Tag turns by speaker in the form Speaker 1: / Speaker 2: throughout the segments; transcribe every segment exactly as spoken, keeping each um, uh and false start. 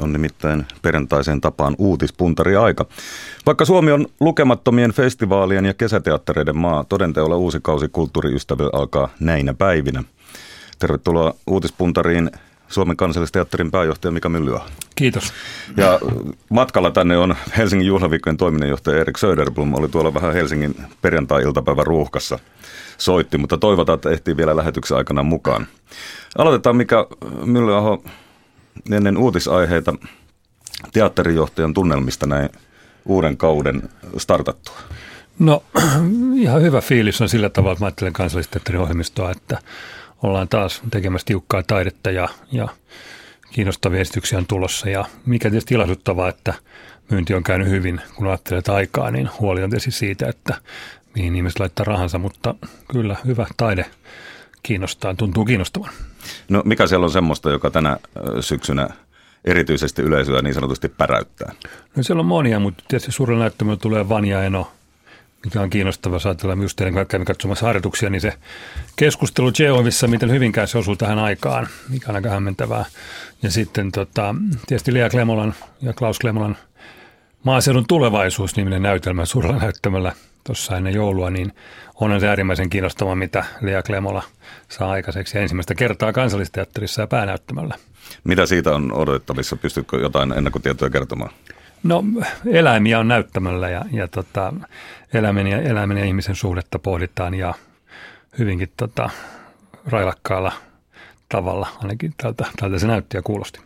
Speaker 1: on nimittäin perjantaiseen tapaan uutispuntari-aika. Vaikka Suomi on lukemattomien festivaalien ja kesäteattereiden maa, todenteolla uusi kausi kulttuuriystäville alkaa näinä päivinä. Tervetuloa uutispuntariin Suomen Kansallisteatterin pääjohtaja Mika Myllyahon.
Speaker 2: Kiitos.
Speaker 1: Ja matkalla tänne on Helsingin juhlaviikkojen toiminnanjohtaja Erik Söderblom. Oli tuolla vähän Helsingin perjantai-iltapäivän ruuhkassa. Soitti, mutta toivotaan, että ehtii vielä lähetyksen aikana mukaan. Aloitetaan Mika Myllyaho ennen uutisaiheita teatterijohtajan tunnelmista näin uuden kauden startattua.
Speaker 2: No ihan hyvä fiilis on sillä tavalla, että mä ajattelen Kansallisteatterin ohjelmistoa, että ollaan taas tekemässä tiukkaa taidetta ja, ja kiinnostavia esityksiä on tulossa. Ja mikä tietysti ilahduttavaa, että myynti on käynyt hyvin, kun ajattelet aikaa, niin huoli on tietysti siitä, että mihin ihmiset laittaa rahansa, mutta kyllä hyvä taide kiinnostaa, tuntuu kiinnostavan. No
Speaker 1: mikä siellä on semmoista, joka tänä syksynä erityisesti yleisöä niin sanotusti päräyttää?
Speaker 2: No siellä on monia, mutta tietysti suurella näyttämällä tulee Vanja Eno, mikä on kiinnostavaa. Saatellaan just teidän kun kävin katsomassa harjoituksia, niin se keskustelu Jehovissa, miten hyvinkään se osuu tähän aikaan, mikä on aika hämmentävää. Ja sitten tota, tietysti Lea Klemolan ja Klaus Klemolan Maaseudun tulevaisuus-niminen näytelmä suurella näyttämällä tuossa ennen joulua, niin onhan se äärimmäisen kiinnostava, mitä Lea Klemola saa aikaiseksi ja ensimmäistä kertaa Kansallisteatterissa ja päänäyttämällä.
Speaker 1: Mitä siitä on odotettavissa? Pystytkö jotain ennakkotietoja kertomaan?
Speaker 2: No eläimiä on näyttämällä ja, ja tota, eläimen, ja, eläimen ja ihmisen suhdetta pohditaan ja hyvinkin tota, railakkaalla tavalla, ainakin tältä, tältä se näytti ja kuulosti.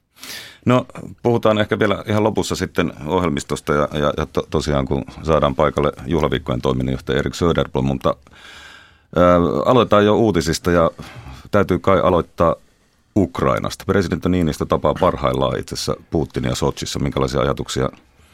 Speaker 1: No puhutaan ehkä vielä ihan lopussa sitten ohjelmistosta ja, ja, ja to, tosiaan kun saadaan paikalle juhlaviikkojen toiminnanjohtaja Erik Söderblom, mutta ää, aloitetaan jo uutisista ja täytyy kai aloittaa Ukrainasta. Presidentti Niinistö tapaa parhaillaan itse asiassa Putinia Sotsissa. Minkälaisia ajatuksia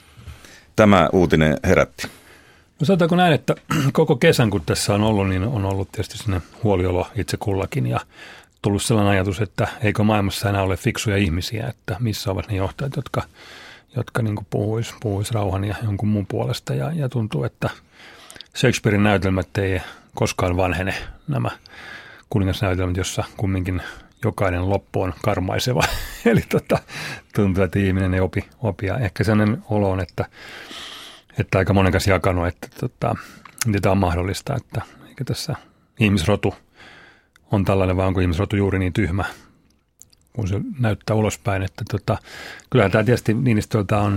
Speaker 1: tämä uutinen herätti?
Speaker 2: No sanotaanko näin, että koko kesän kun tässä on ollut, niin on ollut tietysti sinne huoliolo itse kullakin ja tullut sellainen ajatus, että eikö maailmassa enää ole fiksuja ihmisiä, että missä ovat ne johtajat, jotka, jotka niin kuin puhuis, puhuis rauhan ja jonkun muun puolesta. Ja, ja tuntuu, että Shakespearein näytelmät ei koskaan vanhene, nämä kuningasnäytelmät, jossa kumminkin jokainen loppu on karmaiseva. Eli tota, tuntuu, että ihminen ei opi, opi. Ja ehkä sellainen olo on, että, että aika monen kanssa jakanut, että tota, tämä on mahdollista, että eikä tässä ihmisrotu on tällainen, vai onko ihmisrotu juuri niin tyhmä, kun se näyttää ulospäin. Että tota, kyllähän tämä tietysti Niinistöltä on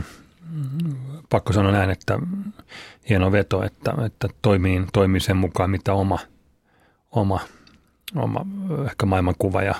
Speaker 2: pakko sanoa näin, että hieno veto, että, että toimii, toimii sen mukaan, mitä oma, oma, oma ehkä maailmankuva ja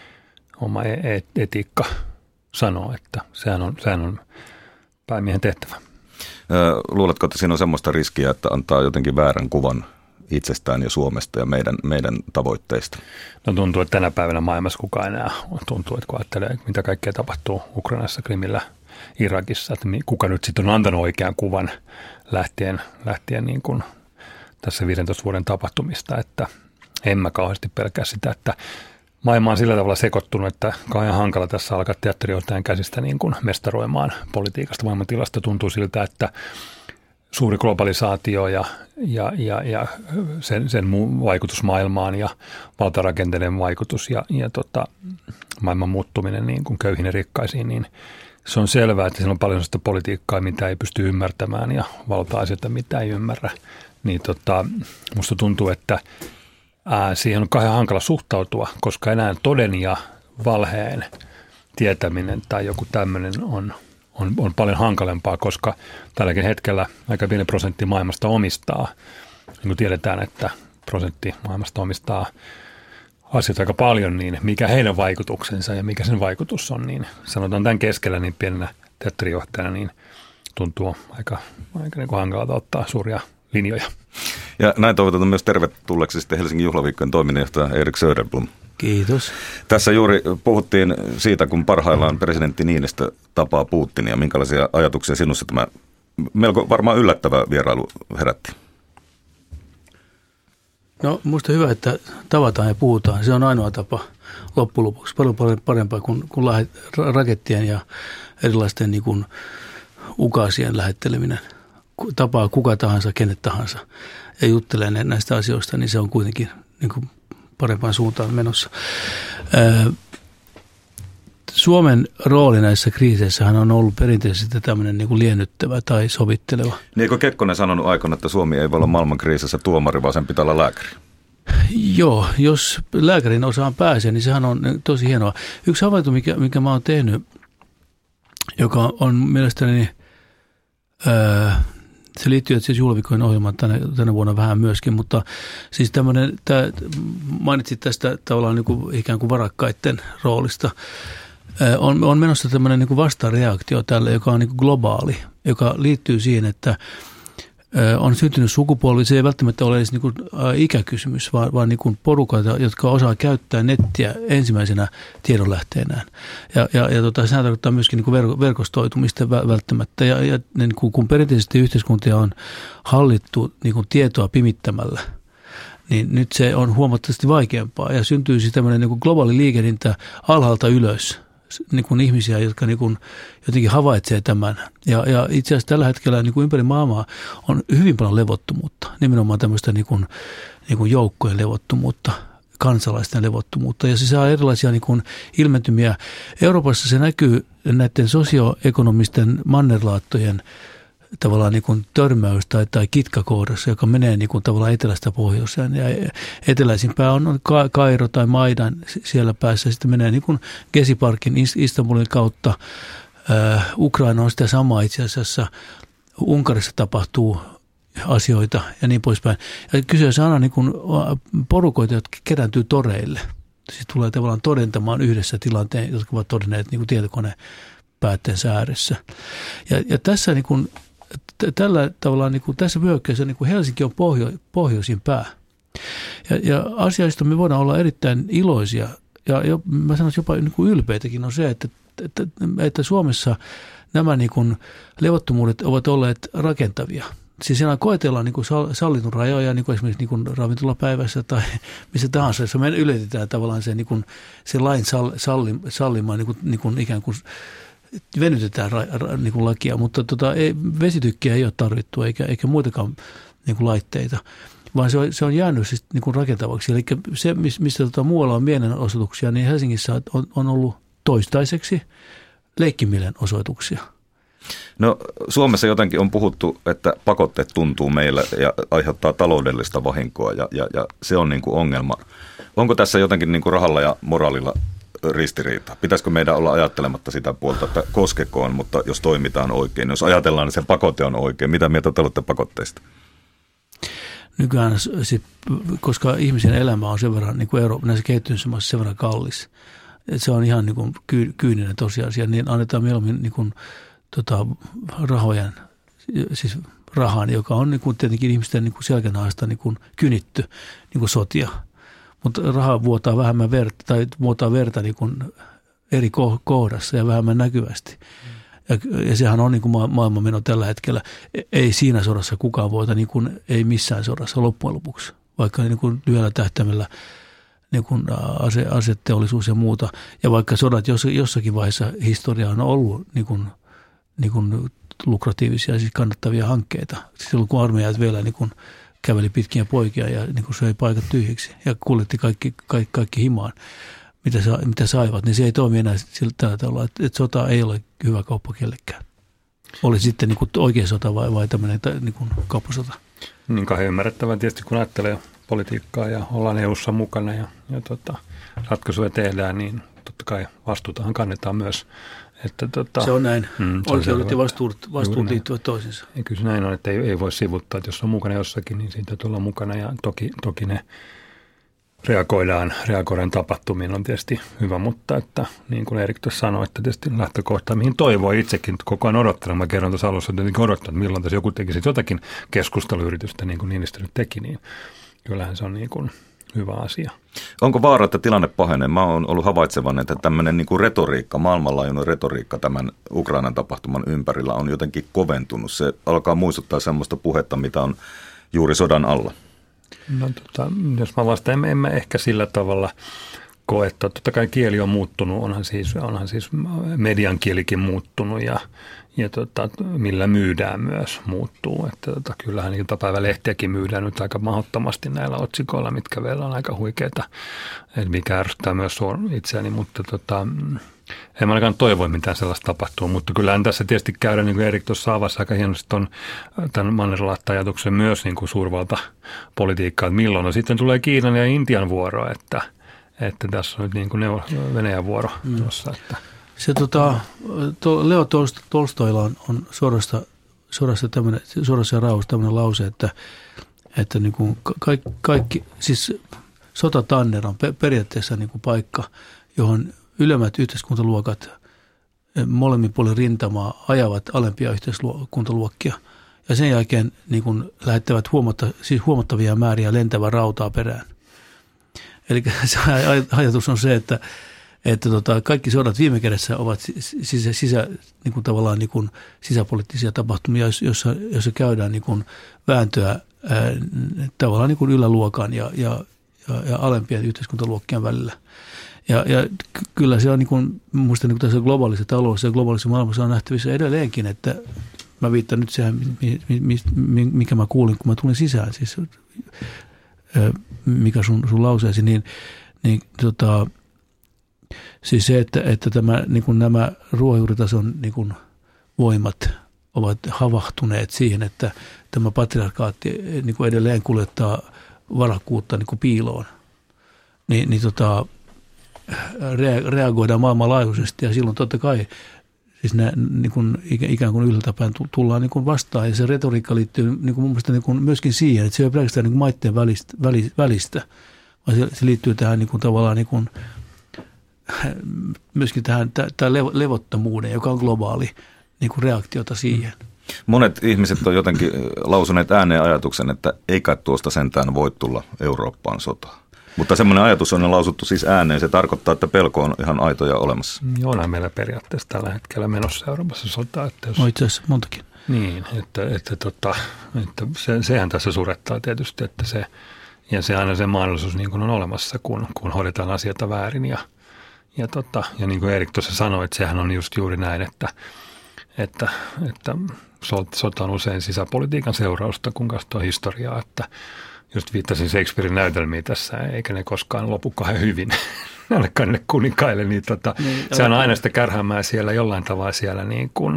Speaker 2: oma etiikka sanoo, että sehän on, sehän on päämiehen tehtävä.
Speaker 1: Luuletko, että siinä on semmoista riskiä, että antaa jotenkin väärän kuvan itsestään ja Suomesta ja meidän, meidän tavoitteista?
Speaker 2: No tuntuu, että tänä päivänä maailmassa kukaan enää tuntuu, että kun ajattelee, mitä kaikkea tapahtuu Ukrainassa, Krimillä, Irakissa, että kuka nyt sitten on antanut oikean kuvan lähtien, lähtien niin kuin tässä viidentoista vuoden tapahtumista, että en mä kauheasti pelkää sitä, että maailma on sillä tavalla sekoittunut, että kauhean hankala tässä alkaa teatterijohtajan käsistä niin kuin mestaroimaan politiikasta. Maailmantilasta tuntuu siltä, että suuri globalisaatio ja, ja, ja, ja sen, sen vaikutus maailmaan ja valtarakenteiden vaikutus ja, ja tota, maailman muuttuminen niin kuin köyhiin ja rikkaisiin, niin se on selvää, että siinä on paljon sellaista politiikkaa, mitä ei pysty ymmärtämään ja valta-asioita, mitä ei ymmärrä. Niin tota, musta tuntuu, että ää, siihen on kauhean hankala suhtautua, koska enää toden ja valheen tietäminen tai joku tämmöinen on On, on paljon hankalempaa, koska tälläkin hetkellä aika pieni prosentti maailmasta omistaa. Niin kuin tiedetään, että prosentti maailmasta omistaa asioita aika paljon, niin mikä heidän vaikutuksensa ja mikä sen vaikutus on, niin sanotaan tämän keskellä niin pienenä teatterijohtajana, niin tuntuu aika, aika niin kuin hankalalta ottaa suuria linjoja.
Speaker 1: Ja näin toivotetaan myös tervetulleeksi sitten Helsingin juhlaviikkojen toiminnanjohtaja Erik Söderblom.
Speaker 3: Kiitos.
Speaker 1: Tässä juuri puhuttiin siitä, kun parhaillaan presidentti Niinistö tapaa Putinia. Minkälaisia ajatuksia sinussa tämä melko varmaan yllättävä vierailu herätti?
Speaker 3: No musta hyvä, että tavataan ja puhutaan. Se on ainoa tapa loppujen lopuksi. Paljon paljon parempaa kuin, kuin rakettien ja erilaisten niin kuin ukaasien lähetteleminen. Tapaa kuka tahansa, kenet tahansa ja juttelee näistä asioista, niin se on kuitenkin niin kuin parempaan suuntaan menossa. Suomen rooli näissä kriiseissähän on ollut perinteisesti tämmöinen niin kuin liennyttävä tai sovitteleva.
Speaker 1: Niin eikö Kekkonen sanonut aikana, että Suomi ei voi olla maailman kriisissä tuomari, vaan sen pitää olla lääkäri?
Speaker 3: Joo, jos lääkärin osaan pääsee, niin sehän on tosi hienoa. Yksi havainto, mikä, mikä mä oon tehnyt, joka on mielestäni, ää, se liittyy siis Juhlaviikkojen ohjelmaan tänä, tänä vuonna vähän myöskin, mutta siis tämmöinen, tää, mainitsit tästä tavallaan niin kuin ikään kuin varakkaiden roolista. Ää, on, on menossa tämmöinen niin kuin vastareaktio tälle, joka on niin kuin globaali, joka liittyy siihen, että on syntynyt sukupolvi, se ei välttämättä ole edes niin kuin ikäkysymys, vaan, vaan niin kuin porukoita, jotka osaa käyttää nettiä ensimmäisenä tiedonlähteenään. Ja, ja, ja tota, sehän tarkoittaa myöskin niin kuin verkostoitumista välttämättä. Ja, ja niin kuin, kun perinteisesti yhteiskuntia on hallittu niin kuin tietoa pimittämällä, niin nyt se on huomattavasti vaikeampaa. Ja syntyy siis tämmöinen niin kuin globaali liikehdintä alhaalta ylös. Niin kuin ihmisiä, jotka niin kuin jotenkin havaitsee tämän. Ja, ja itse asiassa tällä hetkellä niin kuin ympäri maailmaa on hyvin paljon levottomuutta, nimenomaan tämmöistä niin kuin, niin kuin joukkojen levottomuutta, kansalaisten levottomuutta. Ja se saa erilaisia niin kuin ilmentymiä. Euroopassa se näkyy näiden sosioekonomisten mannerlaattojen tavallaan niin kuin törmäys tai, tai kitkakohdassa, joka menee niin kuin tavallaan etelästä pohjoiseen. Ja eteläisimpää on, on Kairo tai Maidan siellä päässä. Sitten menee niin kuin Gezi-parkin Istanbulin kautta. Äh, Ukraina on sitä samaa itse asiassa. Unkarissa tapahtuu asioita ja niin poispäin. Ja kyseessä on niin kuin porukoita, jotka kerääntyy toreille. Siis tulee tavallaan todentamaan yhdessä tilanteen, jotka ovat todenneet niin kuin tietokonepäätteensä ääressä. Ja, ja tässä niin kuin tällä tavalla niin kuin tässä vyöhykkeessä niin kuin Helsinki on pohjo, pohjoisin pää. Ja, ja asiasta me voidaan olla erittäin iloisia ja, ja mä sanoisin jopa niin kuin ylpeitäkin on se, että, että, että Suomessa nämä niin kuin levottomuudet ovat olleet rakentavia. Siis siellä koetellaan niin kuin sallitun rajoja, niin kuin esimerkiksi niin kuin ravintolapäivässä tai missä tahansa, jossa me yletetään tavallaan se, niin kuin, se lain salli, sallimaan niin kuin, niin kuin ikään kuin venytetään ra, ra, niin kuin lakia, mutta tota, ei, vesitykkiä ei ole tarvittu eikä, eikä muitakaan niin kuin laitteita, vaan se on, se on jäänyt siis niin kuin rakentavaksi. Eli se, mistä tota, muualla on mielenosoituksia, niin Helsingissä on, on ollut toistaiseksi leikkimielenosoituksia.
Speaker 1: No Suomessa jotenkin on puhuttu, että pakotteet tuntuu meillä ja aiheuttaa taloudellista vahinkoa ja, ja, ja se on niin kuin ongelma. Onko tässä jotenkin niin kuin rahalla ja moraalilla ristiriita? Pitäisikö meidän olla ajattelematta sitä puolta, että koskekoon, mutta jos toimitaan oikein, jos ajatellaan, että se pakote on oikein, mitä mieltä te olette pakotteista?
Speaker 3: Nykyään, koska ihmisen elämä on sen verran, niin kuin Euro, näissä kehittyneissä maissa sen verran kallis, että se on ihan niin kuin kyyninen tosiasia, niin annetaan mieluummin niin kuin, tota, rahojen, siis rahan, joka on niin kuin tietenkin ihmisten niin kuin selkänahasta niin kuin kynitty niin kuin sotia. Mutta raha vuotaa vähemmän verta, tai vuotaa verta niin kuin eri kohdassa ja vähemmän näkyvästi. Ja, ja sehän on niin kuin ma- maailmanmeno tällä hetkellä. Ei siinä sodassa kukaan voita, niin kuin ei missään sodassa loppujen lopuksi. Vaikka niin kuin lyhyellä tähtäimellä niin kuin ase- aseteollisuus ja muuta. Ja vaikka sodat jos, jossakin vaiheessa historiaa on ollut niin kuin, niin kuin lukratiivisia, siis kannattavia hankkeita. Silloin kun armeijat vielä niin kuin käveli pitkiä poikia ja niin kuin söi paikat tyhjiksi ja kuljetti kaikki, kaikki, kaikki himaan, mitä, sa, mitä saivat, niin se ei toimi enää sillä tällä tavalla, että, että sota ei ole hyvä kauppa kellekään. Oli sitten niin kuin oikea sota vai, vai tämmöinen niin kuin kauppasota.
Speaker 2: Niin kai ymmärrettävää tietysti, kun ajattelee politiikkaa ja ollaan E U:ssa mukana ja, ja tota, ratkaisuja tehdään, niin totta kai vastuutahan kannetaan myös. Että tota,
Speaker 3: se on näin. Mm, oikeudet ja vastuut, vastuut liittyvät toisiinsa.
Speaker 2: Ja kyllä se näin on, että ei, ei voi sivuttaa, että jos on mukana jossakin, niin siitä tulla mukana. Ja toki, toki ne reagoidaan, reagoidaan tapahtumiin on tietysti hyvä, mutta että niin kuin Erik tuossa sanoi, että tietysti lähtökohta, mihin toivoi itsekin koko ajan odottelen. Mä kerron tuossa alussa, että odottanut, että milloin tässä joku tekisi jotakin keskusteluyritystä, niin kuin Niinistö nyt teki, niin kyllähän se on niin kuin hyvä asia.
Speaker 1: Onko vaara, että tilanne pahenee? Mä oon ollut havaitsevan, että tämmöinen niin kuin retoriikka, maailmanlaajuinen retoriikka tämän Ukrainan tapahtuman ympärillä on jotenkin koventunut. Se alkaa muistuttaa semmoista puhetta, mitä on juuri sodan alla.
Speaker 2: No tota, jos mä vastaan, en, en mä ehkä sillä tavalla koe, että totta kai kieli on muuttunut, onhan siis, onhan siis median kielikin muuttunut ja, ja tota, millä myydään myös muuttuu. Että tota, kyllähän iltapäivälehtiäkin myydään nyt aika mahdottomasti näillä otsikoilla, mitkä vielä on aika huikeita, mikä ärsyttää myös itseäni, mutta tota, En mä ainakaan toivo, mitään sellaista tapahtuu, mutta kyllähän tässä tietysti käydään, niin kuin Erik tuossa avasi aika hienosti ton, tämän Mannerlahti-ajatuksen myös niin kuin suurvaltapolitiikkaa, että milloin. No sitten tulee Kiinan ja Intian vuoro, että, että tässä on nyt niin kuin Venäjän vuoro mm. tuossa. Että.
Speaker 3: Se tota, to, Leo Tolstoilla on, on suorasta, suorasta, tämmönen, suorassa rauhassa tämmöinen lause, että, että niin kuin kaikki, kaikki, siis sotatanner on periaatteessa niin kuin paikka, johon ylemmät yhteiskuntaluokat molemmin puolin rintamaa ajavat alempia yhteiskuntaluokkia. Ja sen jälkeen niin kuin lähettävät huomatta, siis huomattavia määriä lentävää rautaa perään. Eli se ajatus on se, että, että tota, kaikki sodat viime kädessä ovat sisä, sisä, niin kuin tavallaan niin kuin sisäpoliittisia tapahtumia, joissa, joissa käydään niin kuin vääntöä ää, tavallaan niin kuin yläluokan ja, ja, ja, ja alempien yhteiskuntaluokkien välillä. Ja, ja kyllä se on niin kuin, musta niin kuin tässä globaalissa taloudessa ja globaalissa maailmassa on nähtävissä edelleenkin, että mä viittaan nyt sehän, mikä mä kuulin, kun mä tulin sisään, siis mikä sun, sun lauseesi, niin, niin tota, siis se, että, että tämä, niin kuin nämä ruohonjuuritason niin kuin voimat ovat havahtuneet siihen, että tämä patriarkaatti niin kuin edelleen kuljettaa varakkuutta niin kuin piiloon, niin, niin tota, reagoidaan maailmanlaajuisesti ja silloin totta kai siis nä, niin kuin ikään kuin ylhäältäpäin tullaan niin kuin vastaan ja se retoriikka liittyy niin kuin mun mielestä niin kuin myöskin siihen, että se ei ole pelkästään niin kuin maitteen välistä, välistä vaan se, se liittyy tähän niin kuin tavallaan niin kuin, myöskin tähän tähän levottomuuden, joka on globaali niin kuin reaktiota siihen.
Speaker 1: Monet ihmiset on jotenkin lausuneet ääneen ajatuksen, että eikä tuosta sentään voi tulla Eurooppaan sotaa. Mutta semmoinen ajatus on lausuttu siis ääneen. Se tarkoittaa, että pelko on ihan aito ja olemassa.
Speaker 2: Onhan meillä periaatteessa tällä hetkellä menossa Euroopassa sotaa. Että jos,
Speaker 3: no itse asiassa montakin.
Speaker 2: Niin, että, että, tota, että se, sehän tässä surettaa tietysti, että se, ja se aina se mahdollisuus niin kuin on olemassa, kun, kun hoidetaan asioita väärin. Ja, ja, tota, ja niin kuin Erik tuossa sanoi, että sehän on just juuri näin, että, että, että sota on usein sisäpolitiikan seurausta, kun katsoo historiaa, että just viittasin Shakespearen näytelmiin tässä, eikä ne koskaan lopu kahden hyvin, ainakaan ne kuninkaille, niin, tota, niin se on aina sitä kärhämää siellä jollain tavalla siellä niin kuin,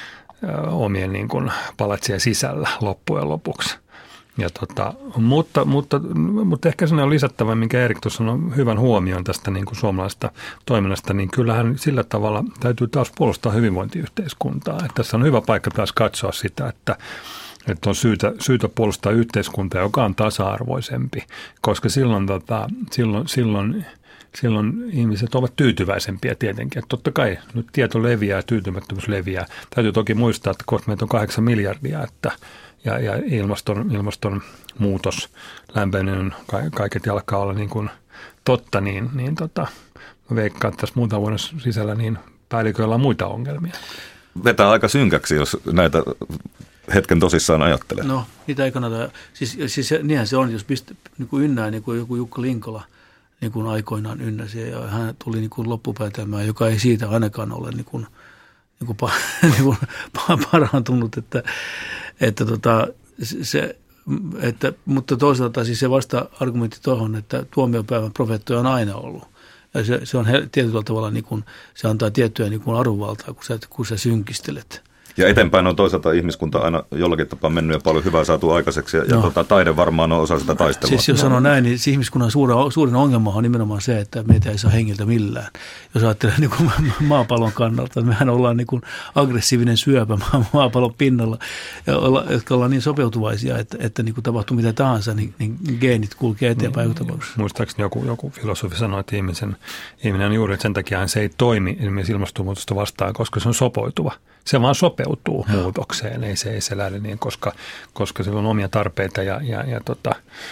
Speaker 2: ö, omien niin kuin palatsien sisällä loppujen lopuksi. Ja tota, mutta, mutta, mutta ehkä sinne on lisättävä, minkä Erik tuossa on hyvän huomioon tästä niin kuin suomalaisesta toiminnasta, niin kyllähän sillä tavalla täytyy taas puolustaa hyvinvointiyhteiskuntaa. Että tässä on hyvä paikka taas katsoa sitä, että Että on syytä, syytä puolustaa yhteiskuntaa, joka on tasa-arvoisempi, koska silloin, tota, silloin, silloin, silloin ihmiset ovat tyytyväisempiä tietenkin. Että totta kai nyt tieto leviää, tyytymättömyys leviää. Täytyy toki muistaa, että kohta meitä on kahdeksan miljardia että, ja, ja ilmaston, ilmaston muutos, lämpeneminen, kaiket alkaa olla niin kuin totta, niin, niin tota, mä veikkaan, että tässä muutaman vuoden sisällä niin päälliköillä on muita ongelmia.
Speaker 1: Vetää aika synkäksi, jos näitä hetken tosissaan ajattelee.
Speaker 3: No, niitä ei kannata. Siis, siis niinhän se on, jos pist, niin kuin ynnää, niin kuin joku Jukka Linkola niin kuin aikoinaan ynnäsi, ja hän tuli niin kuin loppupäätelmään, joka ei siitä ainakaan ole niin kuin, niin kuin, niin kuin parantunut, että, että, tota, se, että, mutta toisaalta siis se vasta-argumentti tuohon, että tuomiopäivän profeettoja on aina ollut. Ja se, se on tietyllä tavalla, niin kuin, se antaa tiettyä niin kuin arvovaltaa, kun sä, kun sä synkistelet.
Speaker 1: Ja eteenpäin on toisaalta ihmiskunta aina jollakin tapaa mennyt ja paljon hyvää saatu aikaiseksi ja, no. ja tota, taide varmaan on osa sitä taistelua.
Speaker 3: Siis jos sanoo näin, niin ihmiskunnan suuri, suurin ongelma on nimenomaan se, että meitä ei saa hengiltä millään. Jos ajattelee niin kuin maapallon kannalta, että mehän ollaan niin kuin aggressiivinen syöpä maapallon pinnalla, jotka ollaan niin sopeutuvaisia, että, että niin kuin tapahtuu mitä tahansa, niin, niin geenit kulkee eteenpäin
Speaker 2: niin,
Speaker 3: tapauksessa.
Speaker 2: Muistaakseni joku, joku filosofi sanoi, että ihmisen, ihminen on juuri, että sen takia se ei toimi ilmeisesti ilmastonmuutosta vastaan, koska se on sopeutuva. Se vaan sopeutuu ja. muutokseen, ei se, ei se lähde niin, koska, koska sillä on omia tarpeita ja, ja, ja tota,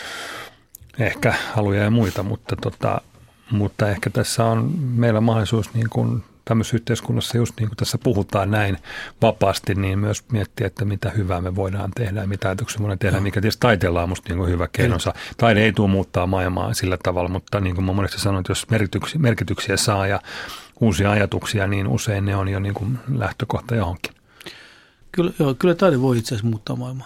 Speaker 2: ehkä haluja ja muita, mutta, tota, mutta ehkä tässä on meillä mahdollisuus niin kuin tämmöisessä yhteiskunnassa, just niin kuin tässä puhutaan näin vapaasti, niin myös miettiä, että mitä hyvää me voidaan tehdä ja mitä ajatuksia voidaan tehdä, no. mikä tietysti taiteella on musta niin kuin hyvä keinonsa. Taide ei tule muuttaa maailmaa sillä tavalla, mutta niin kuin mä monesti sanoin, että jos merkityksiä, merkityksiä saa ja uusia ajatuksia, niin usein ne on jo niin kuin lähtökohta johonkin.
Speaker 3: Kyllä, joo, kyllä taide voi itse asiassa muuttaa maailmaa.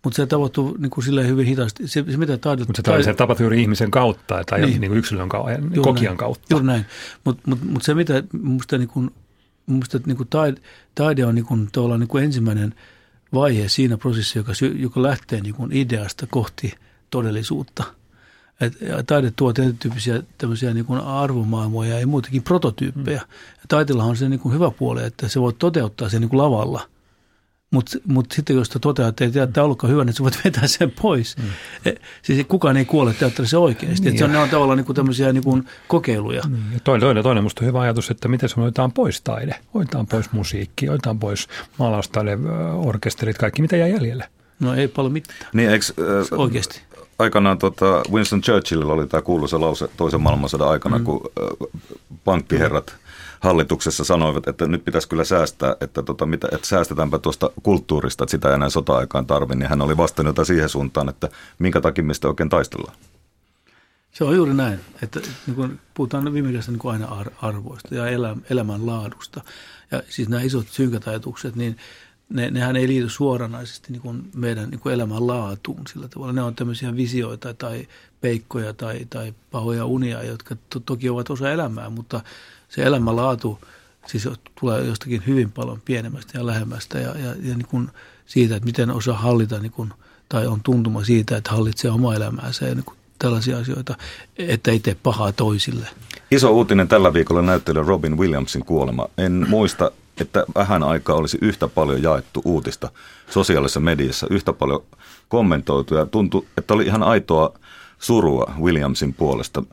Speaker 3: mutta se tapahtuu niin kuin silleen hyvin hitaasti. Se, se, mitä taidot,
Speaker 2: mutta se, taidot, se tapahtuu juuri ihmisen kautta tai niin, niin kuin yksilön kautta, kokijan
Speaker 3: näin,
Speaker 2: kautta.
Speaker 3: Juuri näin, mutta mut, mut se mitä minusta niin kuin, minusta, niin kuin taide, taide on niin kuin, niin kuin ensimmäinen vaihe siinä prosessissa, joka, joka lähtee niin kuin ideasta kohti todellisuutta. Et taide tuo tietyn tämmöisiä niin kuin arvomaailmoja ja muutenkin prototyyppejä. Mm. Taiteella on se niin kuin hyvä puoli, että se voi toteuttaa sen niin kuin lavalla. Mutta mut sitten jos toteaa, että ei tämä ollutkaan hyvä, niin sä voit vetää sen pois. Mm. E, siis kukaan ei kuole teatterissa oikeasti. Niin. Se on, ne on tavallaan niin kuin tämmöisiä niin kuin kokeiluja. Niin.
Speaker 2: Ja toinen, toinen, toinen musta hyvä ajatus, että miten se otetaan pois taide. Otetaan pois musiikki, otetaan pois maalaustaide, orkesterit, kaikki mitä jää jäljelle.
Speaker 3: No ei paljon mitään.
Speaker 1: Niin, eikö, äh,
Speaker 3: oikeasti.
Speaker 1: Aikanaan tota Winston Churchillilla oli tämä kuuluisa lause toisen maailmansodan aikana, mm. kun äh, pankkiherrat hallituksessa sanoivat, että nyt pitäisi kyllä säästää, että, tota, mitä, että säästetäänpä tuosta kulttuurista, että sitä ei enää sota-aikaan tarvitse, niin hän oli vastannut jotain siihen suuntaan, että minkä takia mistä oikein taistellaan.
Speaker 3: Se on juuri näin, että niin kun puhutaan viime kädessä niin kuin aina arvoista ja elä, elämän laadusta. Ja siis nämä isot synkät ajatukset, niin ne, nehän ei liity suoranaisesti niin kuin meidän niin kuin elämän laatuun sillä tavalla. Ne on tämmöisiä visioita tai peikkoja tai, tai pahoja unia, jotka to, toki ovat osa elämää, mutta se elämänlaatu siis tulee jostakin hyvin paljon pienemmästä ja lähemmästä ja, ja, ja niin kuin siitä, että miten osaa hallita niin kuin, tai on tuntuma siitä, että hallitsee omaa elämäänsä ja niin kuin tällaisia asioita, että ei tee pahaa toisille.
Speaker 1: Iso uutinen tällä viikolla näyttelijä Robin Williamsin kuolema. En muista, että vähän aikaa olisi yhtä paljon jaettu uutista sosiaalisessa mediassa, yhtä paljon kommentoitu ja tuntui, että oli ihan aitoa surua Williamsin puolesta.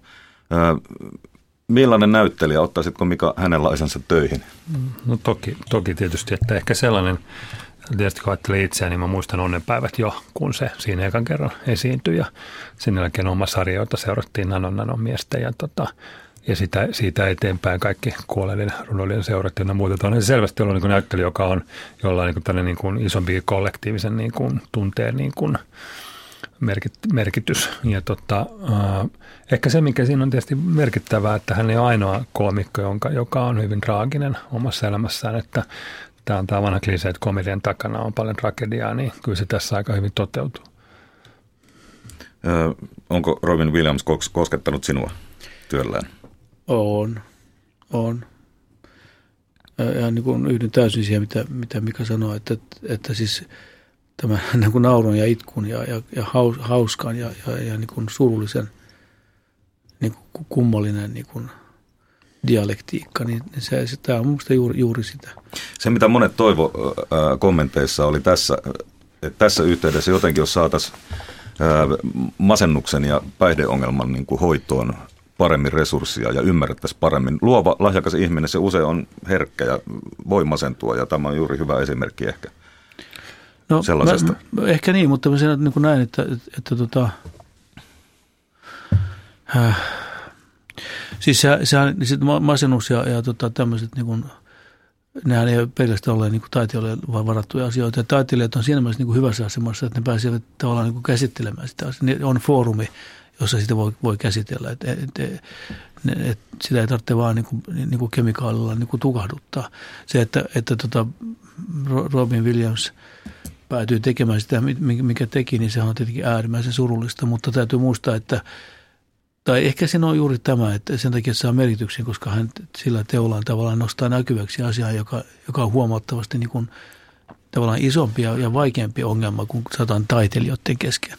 Speaker 1: Millainen näyttelijä, ottaisitko Mika hänenlaisensa töihin?
Speaker 2: No toki, toki tietysti, että ehkä sellainen, tietysti kun ajattelee itseään, niin mä muistan onnenpäivät jo, kun se siinä ekan kerran esiintyi ja sen jälkeen oma sarja, jota seurattiin Nanon Nanon miestä ja, tota, ja sitä, siitä eteenpäin kaikki kuolleiden runoilijan seurattiin ja muuta. On se selvästi ollut niin kuin näyttelijä, joka on jollain niin kuin tällainen niin kuin isompi kollektiivisen niin kuin tunteen niin kuin merkitys. Ja tota, äh, ehkä se, mikä siinä on tietysti merkittävää, että hän ei ole ainoa koomikko, jonka, joka on hyvin traaginen omassa elämässään, että tämä on tämä vanha klise, että komedian takana on paljon tragediaa, niin kyllä se tässä aika hyvin toteutuu.
Speaker 1: Ö, onko Robin Williams koskettanut sinua työllään?
Speaker 3: On, on. Ja niin kuin yhdyn täysin siihen, mitä, mitä Mika sanoi, että, että siis tämä niin kuin naurun ja itkun ja, ja, ja hauskan ja, ja, ja niin kuin surullisen niin kuin kummallinen niin kuin dialektiikka, niin se, se, tämä on minusta juuri, juuri sitä.
Speaker 1: Se, mitä monet toivo äh, kommenteissa oli tässä, että tässä yhteydessä jotenkin, jos saataisiin äh, masennuksen ja päihdeongelman niin kuin hoitoon paremmin resurssia ja ymmärrettäisiin paremmin. Luova, lahjakas ihminen, se usein on herkkä ja voi masentua, ja tämä on juuri hyvä esimerkki ehkä.
Speaker 3: No, sellaisesta. Mä, ehkä niin, mutta mä sen niin kuin näin, että, että, että tota, äh, siis se, sehän, sit masennus ja, ja tota, tämmöiset, niin kuin, nehän ei ole pelkästään ole niin kuin taiteilijoille vaan varattuja asioita. Ja taiteilijat on siinä mielessä niin kuin hyvässä asemassa, että ne pääsevät tavallaan niin kuin käsittelemään sitä. Ne on foorumi, jossa sitä voi, voi käsitellä. Et, et, et, et, sitä ei tarvitse vaan niin kuin, niin kuin kemikaalilla niin kuin tukahduttaa. Se, että, että tota, Robin Williams päätyy tekemään sitä, mikä teki, niin se on tietenkin äärimmäisen surullista, mutta täytyy muistaa, että, tai ehkä se on juuri tämä, että sen takia saa merkityksen, koska hän sillä teollaan tavallaan nostaa näkyväksi asiaa, joka, joka on huomattavasti niin kuin, tavallaan isompi ja vaikeampi ongelma kuin saatan taiteilijoiden kesken.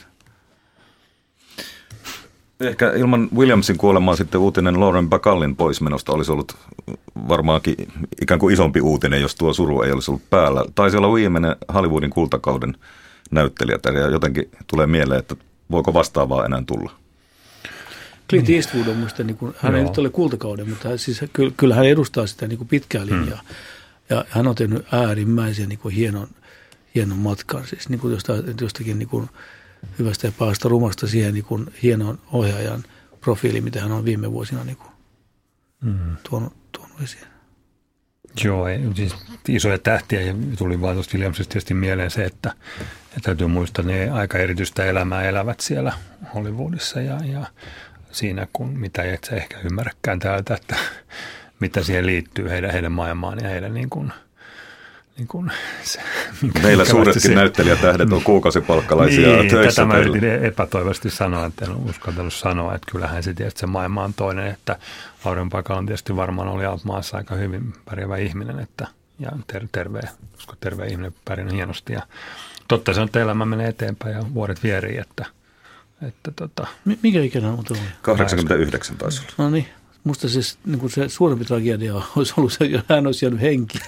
Speaker 1: Ehkä ilman Williamsin kuolemaa sitten uutinen Lauren Bacallin poismenosta olisi ollut varmaankin ikään kuin isompi uutinen, jos tuo suru ei olisi ollut päällä. Taisi olla viimeinen Hollywoodin kultakauden näyttelijä, ja jotenkin tulee mieleen, että voiko vastaavaa enää tulla.
Speaker 3: Clint Eastwood on muista, niin kuin, hän ei nyt ole kultakauden, mutta siis, kyllä, kyllä hän edustaa sitä niin kuin pitkää linjaa. Hmm. Ja hän on tehnyt äärimmäisen niin kuin hienon, hienon matkan, siis niin kuin jostain, jostakin niin kuin hyvästä ja pahasta rumasta siihen niin kuin hienon ohjaajan profiili, mitä hän on viime vuosina niin kuin mm. tuonut, tuonut esiin.
Speaker 2: Joo, siis isoja tähtiä ja tuli vaan tuosta Williamsista tietysti mieleen se, että, että täytyy muistaa, että ne aika erityistä elämää elävät siellä Hollywoodissa ja, ja siinä, kun mitä et sä ehkä ymmärräkään täältä, että mitä siihen liittyy heidän, heidän maailmaan ja heidän niin kuin, niin kuin se,
Speaker 1: meillä suuretkin se näyttelijätähdet on kuukausipalkkalaisia
Speaker 2: niin,
Speaker 1: töissä.
Speaker 2: Tätä mä yritin epätoivoisesti sanoa, että en uskaltanut sanoa, että kyllähän se tietysti se maailma on toinen, että Laurin paikalla on tietysti varmaan oli maassa aika hyvin pärjäävä ihminen, että, ja ter, terve, koska terve ihminen pärjää hienosti. Ja totta se on, että elämä menee eteenpäin ja vuodet vierii, että, että tota.
Speaker 3: Mikä ikinä on tullut?
Speaker 1: kahdeksankymmentäyhdeksän taisi olla.
Speaker 3: No niin. Musta siis, niin kuin se suurempi tragedia olisi ollut se, jos hän olisi jäänyt henkiin.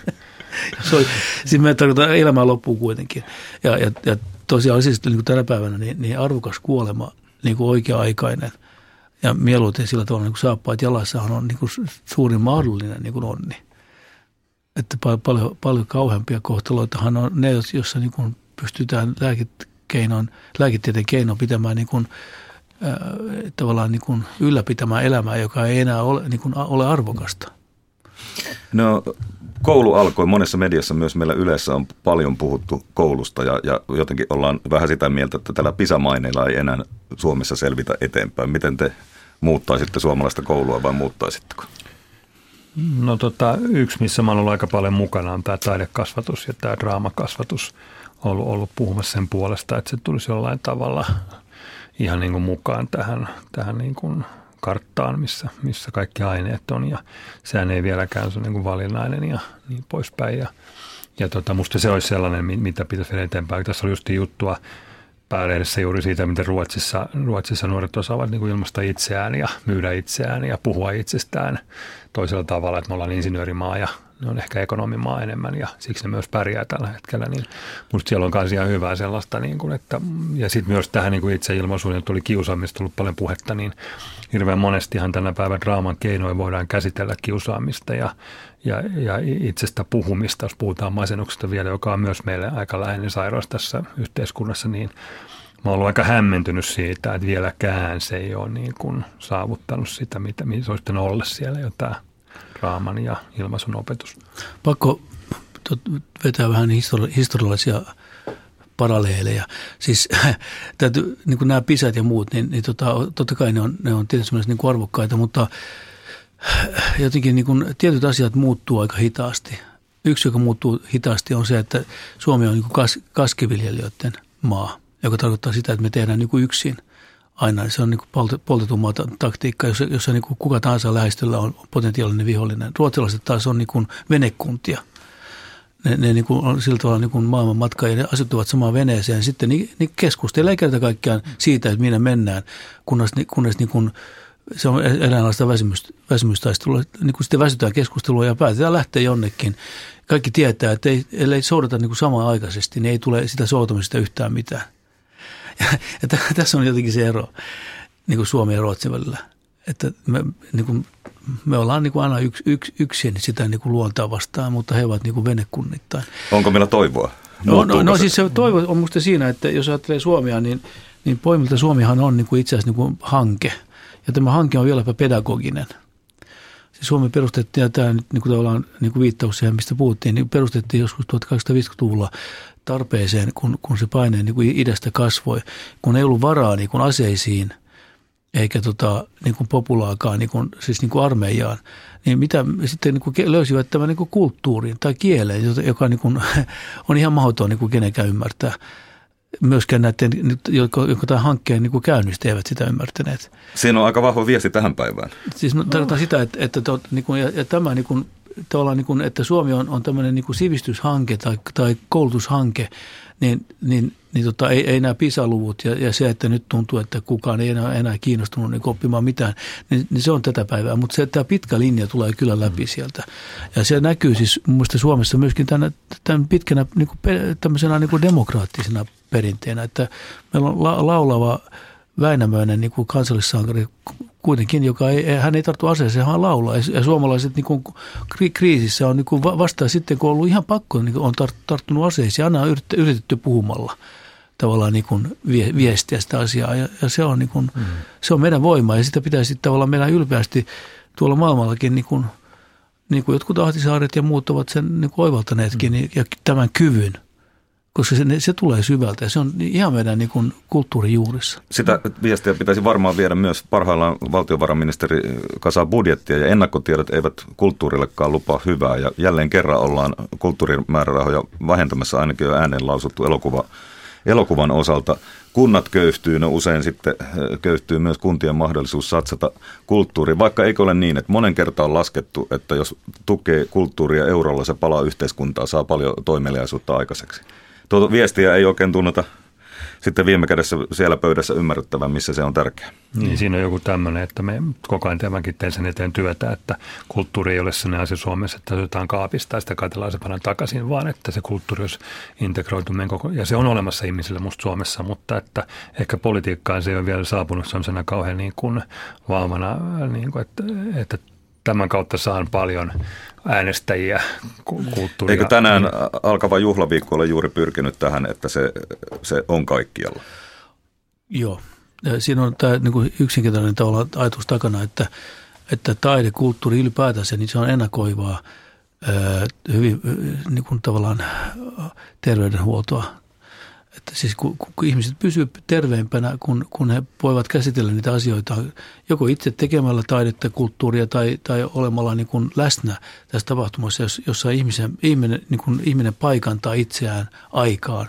Speaker 3: Siis me tarkoitan elämää loppuun kuitenkin. Ja, ja, ja tosiaan siis niin kuin tänä päivänä niin, niin arvokas kuolema niin kuin oikea-aikainen ja mieluiten sillä tavalla niin kuin saappaat jalassahan on niin kuin suurin mahdollinen niin kuin onni. Että paljon, paljon, paljon kauheampia kohtaloitahan on ne, joissa niin kuin pystytään lääketieteen lääketieteen keinoin pitämään niin kuin tavallaan niin kuin ylläpitämään elämää, joka ei enää ole, niin kuin ole arvokasta.
Speaker 1: No koulu alkoi. Monessa mediassa myös meillä Ylessä on paljon puhuttu koulusta ja, ja jotenkin ollaan vähän sitä mieltä, että tällä PISA-maineilla ei enää Suomessa selvitä eteenpäin. Miten te muuttaisitte suomalaista koulua vai muuttaisitteko?
Speaker 2: No tota, yksi, missä mä oon ollut aika paljon mukana, on tämä taidekasvatus ja tämä draamakasvatus. Ollut, ollut puhumassa sen puolesta, että se tulisi jollain tavalla ihan niin kuin mukaan tähän, tähän niin kuin karttaan, missä, missä kaikki aineet on ja sehän ei vieläkään ole niin kuin valinnainen ja niin poispäin. Ja, ja tota, musta se olisi sellainen, mitä pitäisi viedä eteenpäin. Tässä oli just juttua Päälehdessä juuri siitä, miten Ruotsissa, Ruotsissa nuoret osaavat niin kuin ilmaista itseään ja myydä itseään ja puhua itsestään toisella tavalla, että me ollaan insinöörimaa ja ne on ehkä ekonomimaa enemmän ja siksi ne myös pärjää tällä hetkellä. Niin musta siellä on myös ihan hyvää sellaista, niin kuin, että, ja sitten myös tähän niin kuin itseilmaisuun, että oli kiusaamista ollut paljon puhetta, niin hirveän monestihan tänä päivän draaman keinoin voidaan käsitellä kiusaamista ja, ja, ja itsestä puhumista, jos puhutaan masennuksesta vielä, joka on myös meille aika läheinen sairaus tässä yhteiskunnassa, niin mä oon ollut aika hämmentynyt siitä, että vieläkään se ei ole niin kuin saavuttanut sitä, mitä se olisi olla siellä jotain draaman ja ilmaisun opetus.
Speaker 3: Pakko vetää vähän histori- historiallisia paralleeleja. Siis täytyy, niin kuin nämä pisat ja muut, niin, niin tota, totta kai ne on, ne on tietysti niin kuin arvokkaita, mutta jotenkin niin kuin tietyt asiat muuttuu aika hitaasti. Yksi, joka muuttuu hitaasti, on se, että Suomi on niin kuin kas, kaskeviljelijöiden maa, joka tarkoittaa sitä, että me tehdään niin kuin yksin. Aina se on niin kuin poltetun maan taktiikka, jossa, jossa niin kuin kuka tahansa lähestöllä on potentiaalinen vihollinen. Ruotsalaiset taas on niin kuin venekuntia. Ne, ne niin kuin on sillä tavalla niin kuin maailman matka ja ne asettuvat samaan veneeseen. Sitten niin, niin keskustelevat kerta kaikkiaan siitä, että minne mennään, kunnes, kunnes niin kuin, se on eräänlaista väsymys, väsymystaistelua. Niin kuin sitten väsytään keskustelua ja päätetään lähteä jonnekin. Kaikki tietää, että ei, ellei soudata niin kuin samaan aikaisesti, niin ei tule sitä soutamisesta yhtään mitään. Ja, ja t- tässä on jotenkin se ero niin kuin Suomen ja Ruotsin välillä, että me, niin kuin, me ollaan niin kuin aina yks, yks, yksin sitä niin kuin luontaa vastaan, mutta he ovat niin kuin venekunnittain.
Speaker 1: Onko meillä toivoa?
Speaker 3: No, no, no siis se toivo on minusta siinä, että jos ajattelee Suomea, niin, niin pohjimmilta Suomihan on niin kuin itse asiassa niin kuin hanke, ja tämä hanke on vieläpä pedagoginen. Siis Suomi perustettiin, ja tämä nyt niin kuin tavallaan niin kuin viittaus siihen, mistä puhuttiin, niin perustettiin joskus tuhatkahdeksansataaviisikymmentäluvulla tarpeeseen, kun, kun se paine niin kuin idästä kasvoi, kun ei ollut varaa niin kuin aseisiin eikä tota, niin kuin populaakaan, niin kuin, siis niin kuin armeijaan, niin mitä sitten niin kuin löysivät tämän niin kuin kulttuurin tai kielen, joka niin kuin, on ihan mahdoton niin kuin kenenkään ymmärtää. Myöskään näiden, jotka, jotka tämän hankkeen niin kuin käynnisti, eivät sitä ymmärtäneet.
Speaker 1: Siinä on aika vahva viesti tähän päivään. Siis
Speaker 3: no, tarkoitan sitä, että, että to, niin kuin, ja, ja tämä niin kuin, tavallaan niin kuin, että Suomi on, on tämmöinen niin kuin sivistyshanke tai, tai koulutushanke, niin, niin, niin tota, ei, ei nämä PISA-luvut ja, ja se, että nyt tuntuu, että kukaan ei enää, enää kiinnostunut niin oppimaan mitään, niin, niin se on tätä päivää. Mutta se, tämä pitkä linja tulee kyllä läpi sieltä. Ja se näkyy siis mun mielestä Suomessa myöskin tämän, tämän pitkänä niin kuin, tämmöisenä niin kuin demokraattisena perinteenä, että meillä on la, laulava Väinämöinen niin kuin kansallissankari kuitenkin, joka ei, hän ei tarttu aseeseen, hän laulaa. Ja suomalaiset niin kuin kriisissä on niin kuin vasta sitten, kun on ollut ihan pakko, niin on tarttunut aseisiin. Aina on yritetty puhumalla tavallaan niin kuin viestiä sitä asiaa. Ja, ja se, on niin kuin, mm. se on meidän voima ja sitä pitäisi tavallaan meidän ylpeästi tuolla maailmallakin, niin kuin, niin kuin jotkut Ahtisaaret ja muut ovat sen niin kuin oivaltaneetkin mm. ja tämän kyvyn koska se, se tulee syvältä ja se on ihan meidän niin kuin kulttuurijuurissa.
Speaker 1: Sitä viestiä pitäisi varmaan viedä myös. Parhaillaan valtiovarainministeri kasaa budjettia ja ennakkotiedot eivät kulttuurillekaan lupaa hyvää. Ja jälleen kerran ollaan kulttuurimäärärahoja vähentämässä, ainakin jo ääneen lausuttu elokuva, elokuvan osalta. Kunnat köyhtyy, no usein sitten köyhtyy myös kuntien mahdollisuus satsata kulttuuriin, vaikka eikö ole niin, että monen kertaan on laskettu, että jos tukee kulttuuria eurolla, se palaa yhteiskuntaa, saa paljon toimeliaisuutta aikaiseksi. Tuota viestiä ei oikein tunneta sitten viime kädessä siellä pöydässä ymmärrettävän, missä se on tärkeää.
Speaker 2: Niin, siinä on joku tämmöinen, että me koko ajan tämänkin teen sen eteen työtä, että kulttuuri ei ole sellainen asia Suomessa, että otetaan kaapista ja sitä katsellaan se pannaan takaisin, vaan että se kulttuuri olisi integroitu meidän koko, ja se on olemassa ihmisille musta Suomessa, mutta että ehkä politiikkaan se ei ole vielä saapunut sellaisena kauhean niin kuin vahvana, niin kuin, että, että tämän kautta saan paljon äänestäjiä kulttuuria.
Speaker 1: Eikö tänään alkava juhlaviikko ole juuri pyrkinyt tähän, että se, se on kaikkialla?
Speaker 3: Joo. Siinä on tämä niin kuin yksinkertainen tavalla ajatus takana, että, että taide, kulttuuri ylipäätänsä, niin se on ennakoivaa hyvin niin kuin tavallaan terveydenhuoltoa. Että siis kun, kun ihmiset pysyvät terveempänä, kun, kun he voivat käsitellä niitä asioita joko itse tekemällä taidetta, kulttuuria tai, tai olemalla niin kuin läsnä tässä tapahtumassa, jossa ihmisen, ihminen, niin kuin ihminen paikantaa itseään aikaan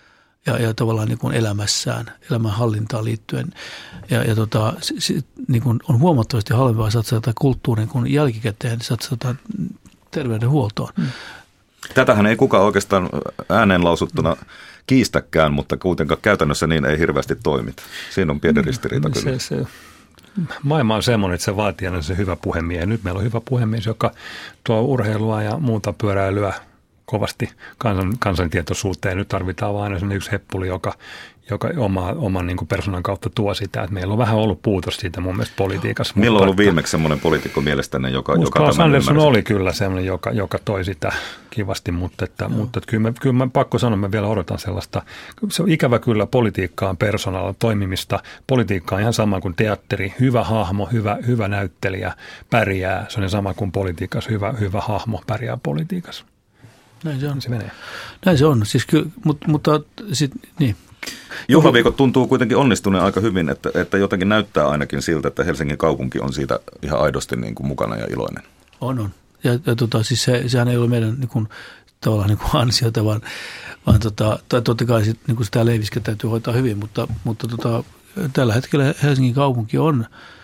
Speaker 3: ja, ja tavallaan niin kuin elämässään, elämänhallintaan liittyen. Ja, ja tota, se, niin kuin on huomattavasti halvempaa satsata kulttuuriin kuin jälkikäteen satsata terveydenhuoltoon. Hmm.
Speaker 1: Tätähän ei kukaan oikeastaan ääneen lausuttuna kiistäkään, mutta kuitenkaan käytännössä niin ei hirveästi toimita. Siinä on pieni ristiriita kyllä.
Speaker 2: Se, se, maailma on semmoinen, että se vaatii aina se hyvä puhemies. Nyt meillä on hyvä puhemies, joka tuo urheilua ja muuta pyöräilyä kovasti kansan, kansantietoisuuteen. Nyt tarvitaan vain aina yksi heppuli, joka, joka oma, oman niin kuin persoonan kautta tuo sitä. Että meillä on vähän ollut puutos siitä mun mielestä politiikassa.
Speaker 1: Milloin on ollut viimeksi semmoinen poliitikko mielestänne, joka, joka
Speaker 2: tämän Andersson ymmärsi? Oli kyllä semmoinen, joka, joka toi sitä kivasti, mutta, että, mutta että kyllä, mä, kyllä mä pakko sanoa, mä vielä odotan sellaista. Se on ikävä kyllä politiikkaan persoonalla toimimista. Politiikka on ihan sama kuin teatteri. Hyvä hahmo, hyvä, hyvä näyttelijä pärjää. Se on sama kuin politiikassa. Hyvä, hyvä hahmo pärjää politiikassa.
Speaker 3: Näin se on.
Speaker 2: Se menee.
Speaker 3: Näin se on, siis kyllä, mutta, mutta sit, niin.
Speaker 1: Juhlaviikot tuntuu kuitenkin onnistuneen aika hyvin, että, että jotenkin näyttää ainakin siltä, että Helsingin kaupunki on siitä ihan aidosti niin kuin mukana ja iloinen.
Speaker 3: On, on. Ja, ja tota, siis se, sehän ei ole meidän niin kuin, tavallaan niin kuin ansiota, vaan, vaan tota, tai totta kai sit, niin kuin sitä leiviskä täytyy hoitaa hyvin, mutta, mutta tota, tällä hetkellä Helsingin kaupunki on,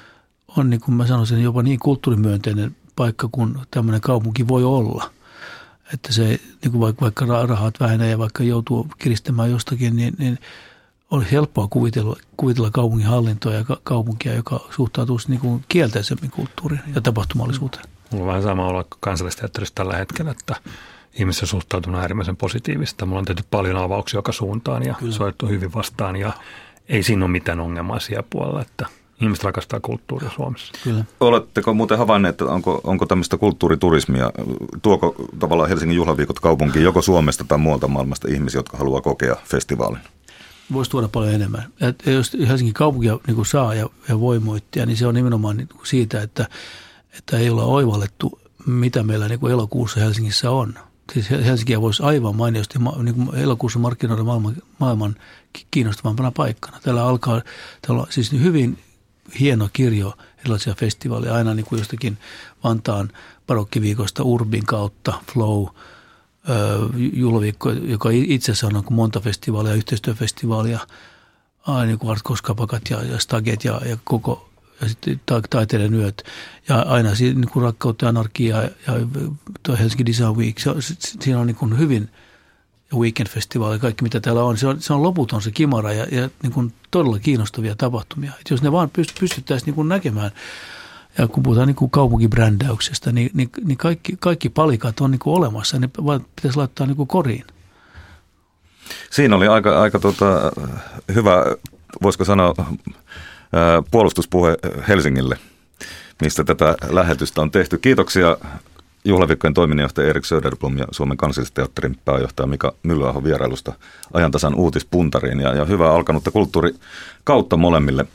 Speaker 3: on niin kuin mä sanoisin, jopa niin kulttuurimyönteinen paikka kuin tämmöinen kaupunki voi olla. Että se, niin kuin vaikka, vaikka rahat vähenee ja vaikka joutuu kiristämään jostakin, niin, niin on helppoa kuvitella, kuvitella kaupungin hallintoa ja kaupunkia, joka suhtautuu niin kuin kielteisemmin kulttuuriin ja tapahtumallisuuteen.
Speaker 2: Mulla on vähän sama olla Kansallisteatterissa tällä hetkellä, että ihmiset suhtautunut äärimmäisen positiivista. Mulla on tehty paljon avauksia joka suuntaan ja soittu hyvin vastaan ja ei siinä ole mitään ongelmaa siellä puolella, että ihmiset rakastaa kulttuuria Suomessa. Kyllä.
Speaker 1: Oletteko muuten havainneet, että onko, onko tämmöistä kulttuuriturismia? Tuoko tavallaan Helsingin juhlaviikot kaupunkiin joko Suomesta tai muualta maailmasta ihmisiä, jotka haluaa kokea festivaalin?
Speaker 3: Voisi tuoda paljon enemmän. Et jos Helsingin kaupunkia niin kuin saa ja, ja voi moittia, niin se on nimenomaan niin kuin siitä, että, että ei olla oivallettu, mitä meillä niin kuin elokuussa Helsingissä on. Siis Helsinkiä voisi aivan mainiosti niin kuin elokuussa markkinoida maailman, maailman kiinnostavampana paikkana. Täällä alkaa, täällä on siis hyvin hieno kirjo erilaisia festivaaleja, aina niin kuin jostakin Vantaan barokkiviikosta Urbin kautta, Flow, juhlaviikko, joka itse asiassa on kuin monta festivaalia, yhteistyöfestivaalia, aina niin kuin Art Koskapakat ja, ja Staget ja, ja koko, ja sitten taiteiden yöt, ja aina siinä niin kuin Rakkautta ja anarkia ja, ja Helsinki Design Week, se, siinä on niin kuin hyvin Weekend-festivaali, kaikki mitä täällä on, se on, se on loputon se kimara ja, ja niin kuin todella kiinnostavia tapahtumia. Et jos ne vaan pystyttäisiin niin kuin näkemään, ja kun puhutaan niin kuin kaupunkibrändäyksestä, niin, niin, niin kaikki, kaikki palikat on niin kuin olemassa, ne vaan pitäisi laittaa niin kuin koriin.
Speaker 1: Siinä oli aika, aika tota, hyvä, voisiko sanoa, puolustuspuhe Helsingille, mistä tätä lähetystä on tehty. Kiitoksia Juhlaviikkojen toiminnanjohtaja Erik Söderblom ja Suomen Kansallisteatterin pääjohtaja Mika Myllyaho vierailusta ajantasan uutispuntariin ja, ja hyvää alkanutta kulttuurikautta molemmille.